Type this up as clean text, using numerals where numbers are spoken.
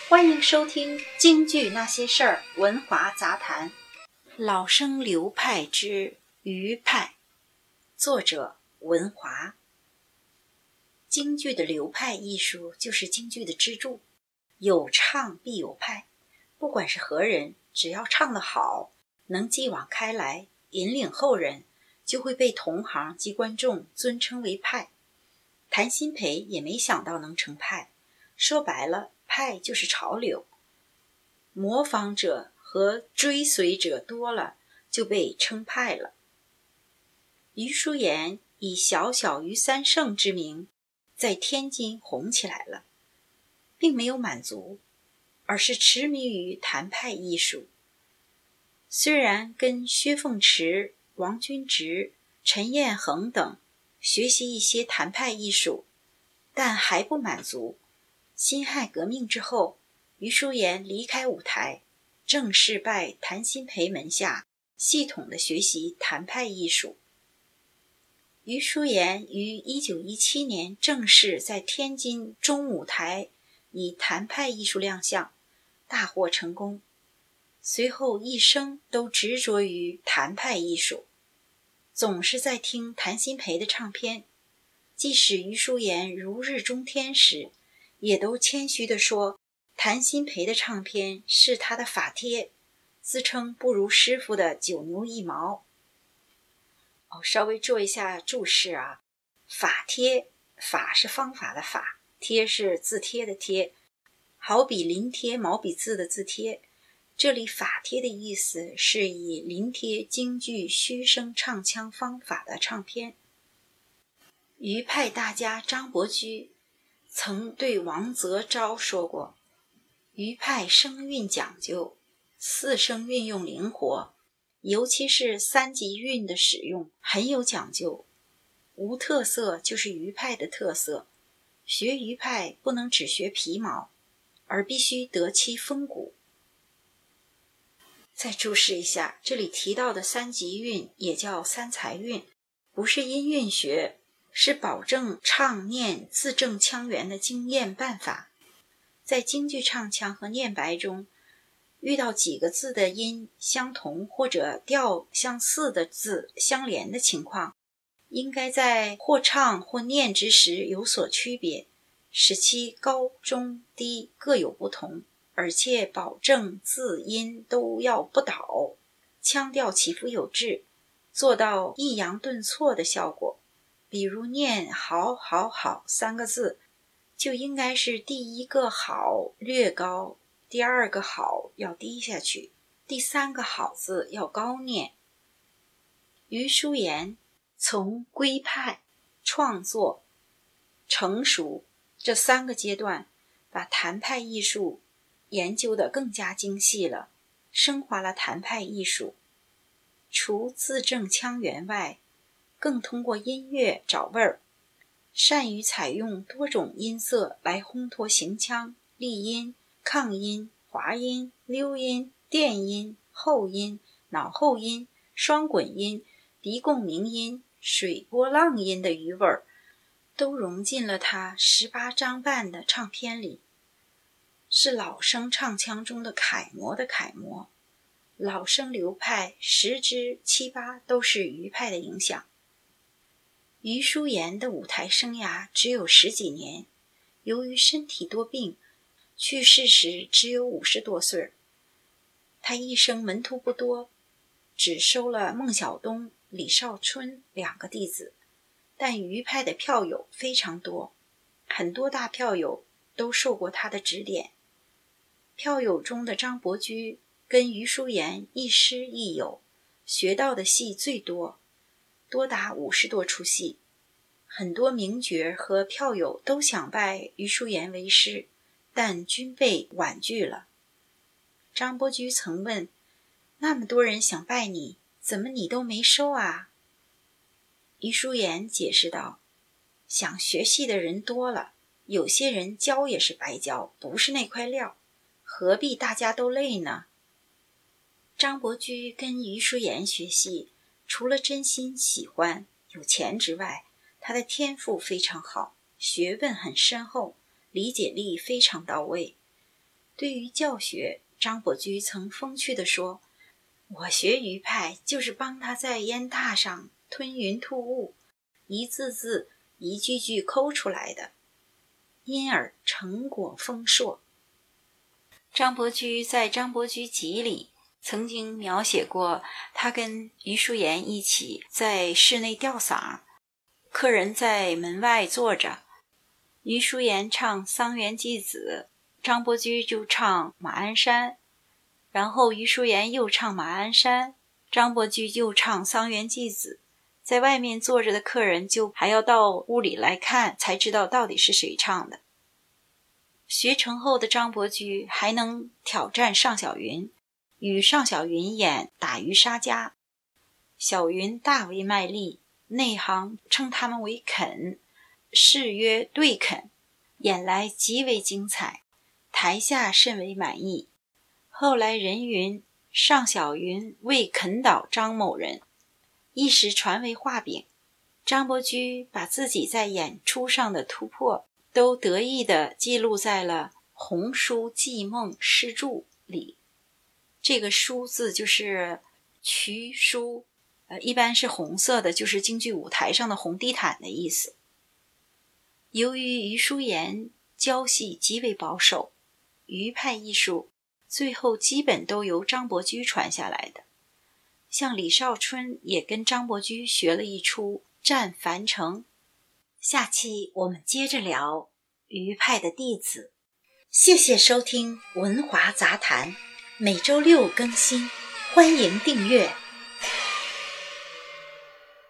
欢迎收听京剧那些事儿文华杂谈。老生流派之余派，作者文华。京剧的流派艺术就是京剧的支柱，有唱必有派，不管是何人，只要唱得好，能继往开来，引领后人，就会被同行及观众尊称为派。谭鑫培也没想到能成派，说白了，派就是潮流，模仿者和追随者多了，就被称派了。余叔岩以小小于三圣之名在天津红起来了，并没有满足，而是痴迷于谭派艺术。虽然跟薛凤池、王君直、陈彦衡等学习一些谭派艺术，但还不满足。辛亥革命之后，余叔岩离开舞台，正式拜谭鑫培门下，系统的学习谭派艺术。余叔岩于1917年正式在天津中舞台以谭派艺术亮相，大获成功。随后一生都执着于谭派艺术，总是在听谭鑫培的唱片。即使余叔岩如日中天时，也都谦虚地说谭鑫培的唱片是他的法帖，自称不如师傅的九牛一毛。稍微做一下注释啊，法帖，法是方法的法，贴是字帖的贴，好比临帖毛笔字的字帖。这里法帖的意思是以临帖京剧虚声唱腔方法的唱片。余派大家张伯驹曾对王泽昭说过，余派声韵讲究，四声运用灵活，尤其是三级韵的使用很有讲究。无特色就是余派的特色，学余派不能只学皮毛，而必须得其风骨。再注释一下，这里提到的三级韵也叫三才韵，不是音韵学，是保证唱念字正腔圆的经验办法。在京剧唱腔和念白中，遇到几个字的音相同或者调相似的字相连的情况，应该在或唱或念之时有所区别，使其高中低各有不同，而且保证字音都要不倒，腔调起伏有致，做到抑扬顿挫的效果。比如念好好好三个字，就应该是第一个好略高，第二个好要低下去，第三个好字要高念。余叔岩从归派、创作、成熟这三个阶段，把谭派艺术研究得更加精细了，升华了谭派艺术。除字正腔圆外，更通过音乐找味儿，善于采用多种音色来烘托行腔、立音、抗音、滑音、溜音、电音、后音、脑后音、双滚音、鼻共鸣音、水波浪音的余味儿，都融进了他18张半的唱片里，是老生唱腔中的楷模的楷模。老生流派10之7、8都是余派的影响。余叔岩的舞台生涯只有10几年，由于身体多病，去世时只有50多岁。他一生门徒不多，只收了孟小冬、李少春2个弟子，但余派的票友非常多，很多大票友都受过他的指点。票友中的张伯驹跟余叔岩亦师亦友，学到的戏最多，多达50多出戏。很多名角和票友都想拜余叔岩为师，但均被婉拒了。张伯驹曾问，那么多人想拜你，怎么你都没收啊？余叔岩解释道，想学戏的人多了，有些人教也是白教，不是那块料，何必大家都累呢？张伯驹跟余叔岩学戏，除了真心喜欢、有钱之外，他的天赋非常好，学问很深厚，理解力非常到位。 对于教学，张伯驹曾风趣地说，我学余派就是帮他在烟榻上吞云吐雾，一字字一句句抠出来的，因而成果丰硕。张伯驹在《张伯驹集》里曾经描写过他跟余叔岩一起在室内吊嗓，客人在门外坐着，余叔岩唱桑园寄子，张伯驹就唱马鞍山，然后余叔岩又唱马鞍山，张伯驹又唱桑园寄子，在外面坐着的客人就还要到屋里来看，才知道到底是谁唱的。学成后的张伯驹还能挑战尚小云，与尚小云演打渔杀家。小云大为卖力，内行称他们为肯，是曰对肯，演来极为精彩，台下甚为满意。后来人云尚小云为肯倒张某人，一时传为画饼。张伯驹把自己在演出上的突破都得意地记录在了《红书记梦诗注》里。这个书字就是瞿书，一般是红色的，就是京剧舞台上的红地毯的意思。由于余叔岩教戏极为保守，余派艺术最后基本都由张伯驹传下来的。像李少春也跟张伯驹学了一出《战樊城》。下期我们接着聊余派的弟子。谢谢收听文华杂谈，每周六更新，欢迎订阅。